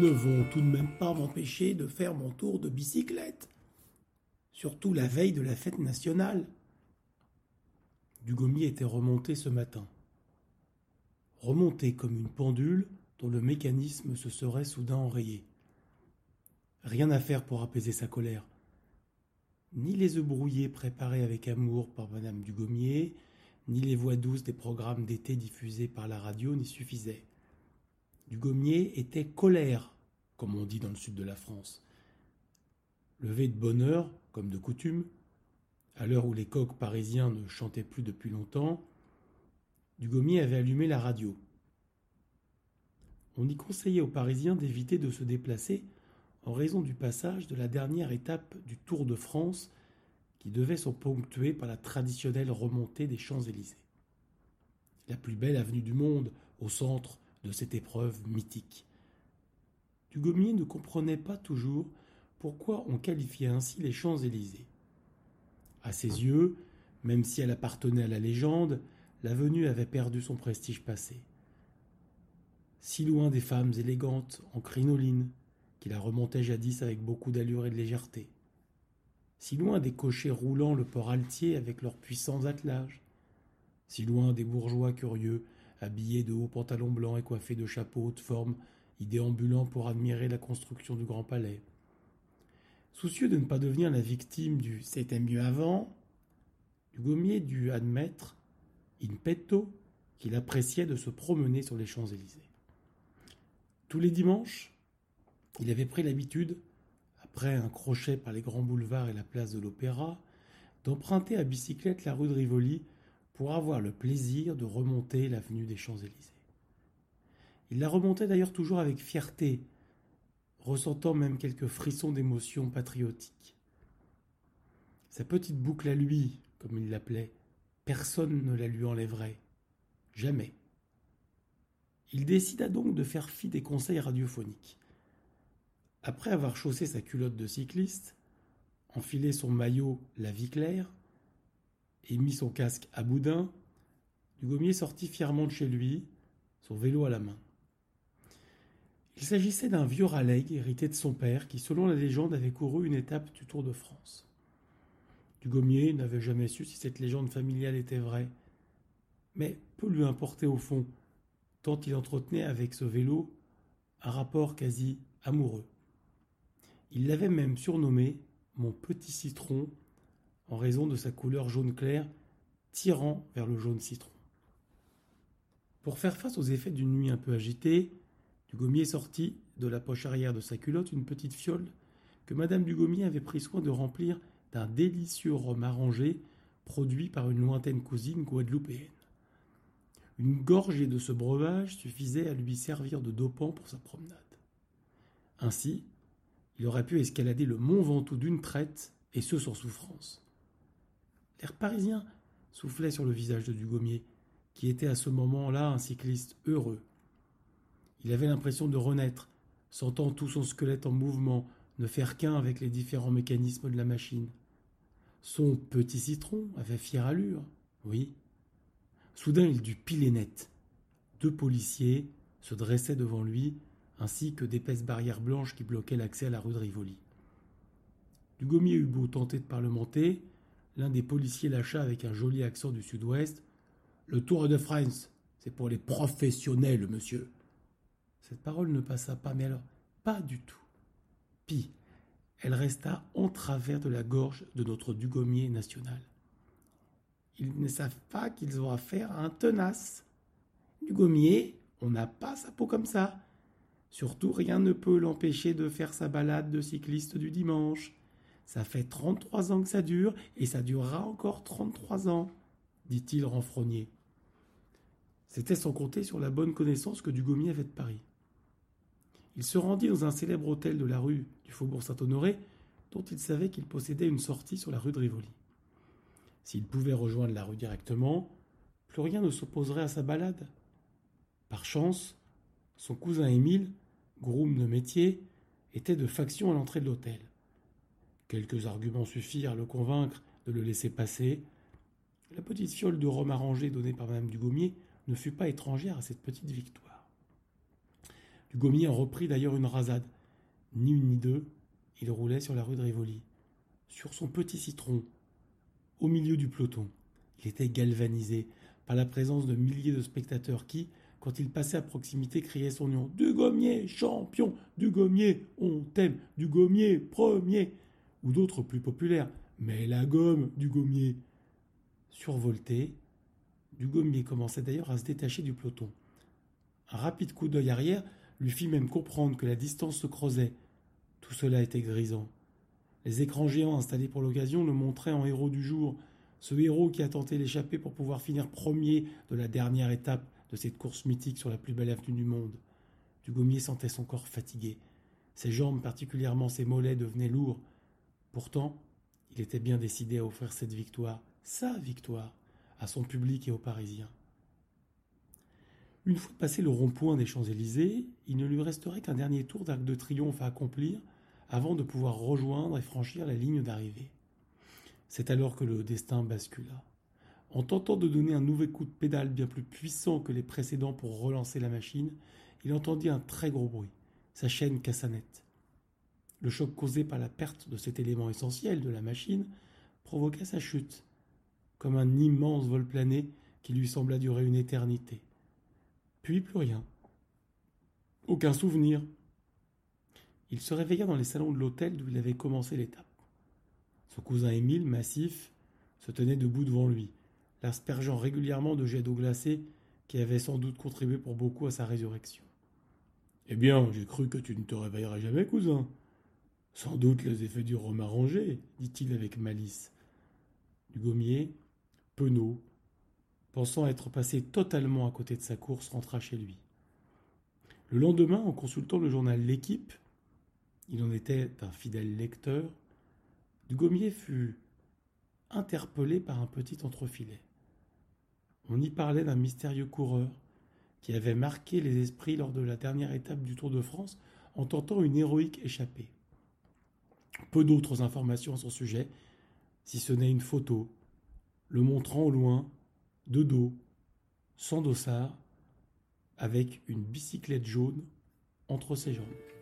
ne vont tout de même pas m'empêcher de faire mon tour de bicyclette. Surtout la veille de la fête nationale. Dugommier était remonté ce matin. Remonté comme une pendule dont le mécanisme se serait soudain enrayé. Rien à faire pour apaiser sa colère. Ni les œufs brouillés préparés avec amour par Madame Dugommier, ni les voix douces des programmes d'été diffusés par la radio n'y suffisaient. Dugommier était colère, comme on dit dans le sud de la France. Levé de bonne heure, comme de coutume, à l'heure où les coqs parisiens ne chantaient plus depuis longtemps, Dugommier avait allumé la radio. On y conseillait aux Parisiens d'éviter de se déplacer en raison du passage de la dernière étape du Tour de France qui devait se ponctuer par la traditionnelle remontée des Champs-Élysées. La plus belle avenue du monde au centre de cette épreuve mythique. Dugommier ne comprenait pas toujours pourquoi on qualifiait ainsi les Champs-Élysées. À ses yeux, même si elle appartenait à la légende, l'avenue avait perdu son prestige passé. Si loin des femmes élégantes en crinoline, qui la remontaient jadis avec beaucoup d'allure et de légèreté. Si loin des cochers roulant le port altier avec leurs puissants attelages. Si loin des bourgeois curieux, habillés de hauts pantalons blancs et coiffés de chapeaux haute forme, y déambulant pour admirer la construction du Grand Palais. Soucieux de ne pas devenir la victime du « c'était mieux avant », Dugommier dut admettre, in petto, qu'il appréciait de se promener sur les Champs-Élysées. Tous les dimanches, il avait pris l'habitude, après un crochet par les grands boulevards et la place de l'Opéra, d'emprunter à bicyclette la rue de Rivoli pour avoir le plaisir de remonter l'avenue des Champs-Élysées. Il la remontait d'ailleurs toujours avec fierté, ressentant même quelques frissons d'émotion patriotique. Sa petite boucle à lui, comme il l'appelait, personne ne la lui enlèverait. Jamais. Il décida donc de faire fi des conseils radiophoniques. Après avoir chaussé sa culotte de cycliste, enfilé son maillot la vie claire et mis son casque à boudin, Dugommier sortit fièrement de chez lui, son vélo à la main. Il s'agissait d'un vieux Raleigh hérité de son père qui, selon la légende, avait couru une étape du Tour de France. Dugommier n'avait jamais su si cette légende familiale était vraie, mais peu lui importait au fond, tant il entretenait avec ce vélo un rapport quasi amoureux. Il l'avait même surnommé « mon petit citron » en raison de sa couleur jaune clair tirant vers le jaune citron. Pour faire face aux effets d'une nuit un peu agitée, Dugommier sortit de la poche arrière de sa culotte une petite fiole que Madame Dugommier avait pris soin de remplir d'un délicieux rhum arrangé produit par une lointaine cousine guadeloupéenne. Une gorgée de ce breuvage suffisait à lui servir de dopant pour sa promenade. Ainsi, il aurait pu escalader le mont Ventoux d'une traite, et ce sans souffrance. L'air parisien soufflait sur le visage de Dugommier, qui était à ce moment-là un cycliste heureux. Il avait l'impression de renaître, sentant tout son squelette en mouvement, ne faire qu'un avec les différents mécanismes de la machine. Son petit citron avait fière allure, oui. Soudain, il dut piler net. 2 policiers se dressaient devant lui, ainsi que d'épaisses barrières blanches qui bloquaient l'accès à la rue de Rivoli. Dugommier eut beau tenter de parlementer, l'un des policiers lâcha avec un joli accent du sud-ouest « Le Tour de France, c'est pour les professionnels, monsieur !» Cette parole ne passa pas, mais alors, pas du tout. Pis, elle resta en travers de la gorge de notre Dugommier national. Ils ne savent pas qu'ils ont affaire à un tenace. Dugommier, on n'a pas sa peau comme ça. Surtout, rien ne peut l'empêcher de faire sa balade de cycliste du dimanche. Ça fait 33 ans que ça dure, et ça durera encore 33 ans, dit-il renfrogné. C'était sans compter sur la bonne connaissance que Dugommier avait de Paris. Il se rendit dans un célèbre hôtel de la rue du Faubourg Saint-Honoré, dont il savait qu'il possédait une sortie sur la rue de Rivoli. S'il pouvait rejoindre la rue directement, plus rien ne s'opposerait à sa balade. Par chance, son cousin Émile, groom de métier, était de faction à l'entrée de l'hôtel. Quelques arguments suffirent à le convaincre de le laisser passer. La petite fiole de rhum arrangé donnée par Madame Dugommier ne fut pas étrangère à cette petite victoire. Dugommier en reprit d'ailleurs une rasade. Ni une ni deux, il roulait sur la rue de Rivoli, sur son petit citron, au milieu du peloton. Il était galvanisé par la présence de milliers de spectateurs qui, quand il passait à proximité, criaient son nom. Dugommier, champion, Dugommier, on t'aime, Dugommier, premier. Ou d'autres plus populaires. Mais la gomme, Dugommier. Survolté, Dugommier commençait d'ailleurs à se détacher du peloton. Un rapide coup d'œil arrière lui fit même comprendre que la distance se creusait. Tout cela était grisant. Les écrans géants installés pour l'occasion le montraient en héros du jour, ce héros qui a tenté l'échappée pour pouvoir finir premier de la dernière étape de cette course mythique sur la plus belle avenue du monde. Dugommier sentait son corps fatigué. Ses jambes, particulièrement ses mollets, devenaient lourds. Pourtant, il était bien décidé à offrir cette victoire, sa victoire, à son public et aux Parisiens. Une fois passé le rond-point des Champs-Élysées, il ne lui resterait qu'un dernier tour d'Arc de Triomphe à accomplir avant de pouvoir rejoindre et franchir la ligne d'arrivée. C'est alors que le destin bascula. En tentant de donner un nouvel coup de pédale bien plus puissant que les précédents pour relancer la machine, il entendit un très gros bruit. Sa chaîne cassa net. Le choc causé par la perte de cet élément essentiel de la machine provoqua sa chute, comme un immense vol plané qui lui sembla durer une éternité. Puis plus rien. Aucun souvenir. Il se réveilla dans les salons de l'hôtel d'où il avait commencé l'étape. Son cousin Émile, massif, se tenait debout devant lui, l'aspergeant régulièrement de jets d'eau glacée qui avaient sans doute contribué pour beaucoup à sa résurrection. « Eh bien, j'ai cru que tu ne te réveillerais jamais, cousin. Sans doute les effets du rhum arrangé, dit-il avec malice. » Dugommier, penaud, pensant être passé totalement à côté de sa course, rentra chez lui. Le lendemain, en consultant le journal L'Équipe, il en était un fidèle lecteur, Dugommier fut interpellé par un petit entrefilet. On y parlait d'un mystérieux coureur qui avait marqué les esprits lors de la dernière étape du Tour de France en tentant une héroïque échappée. Peu d'autres informations à son sujet, si ce n'est une photo, le montrant au loin, de dos, sans dossard, avec une bicyclette jaune entre ses jambes.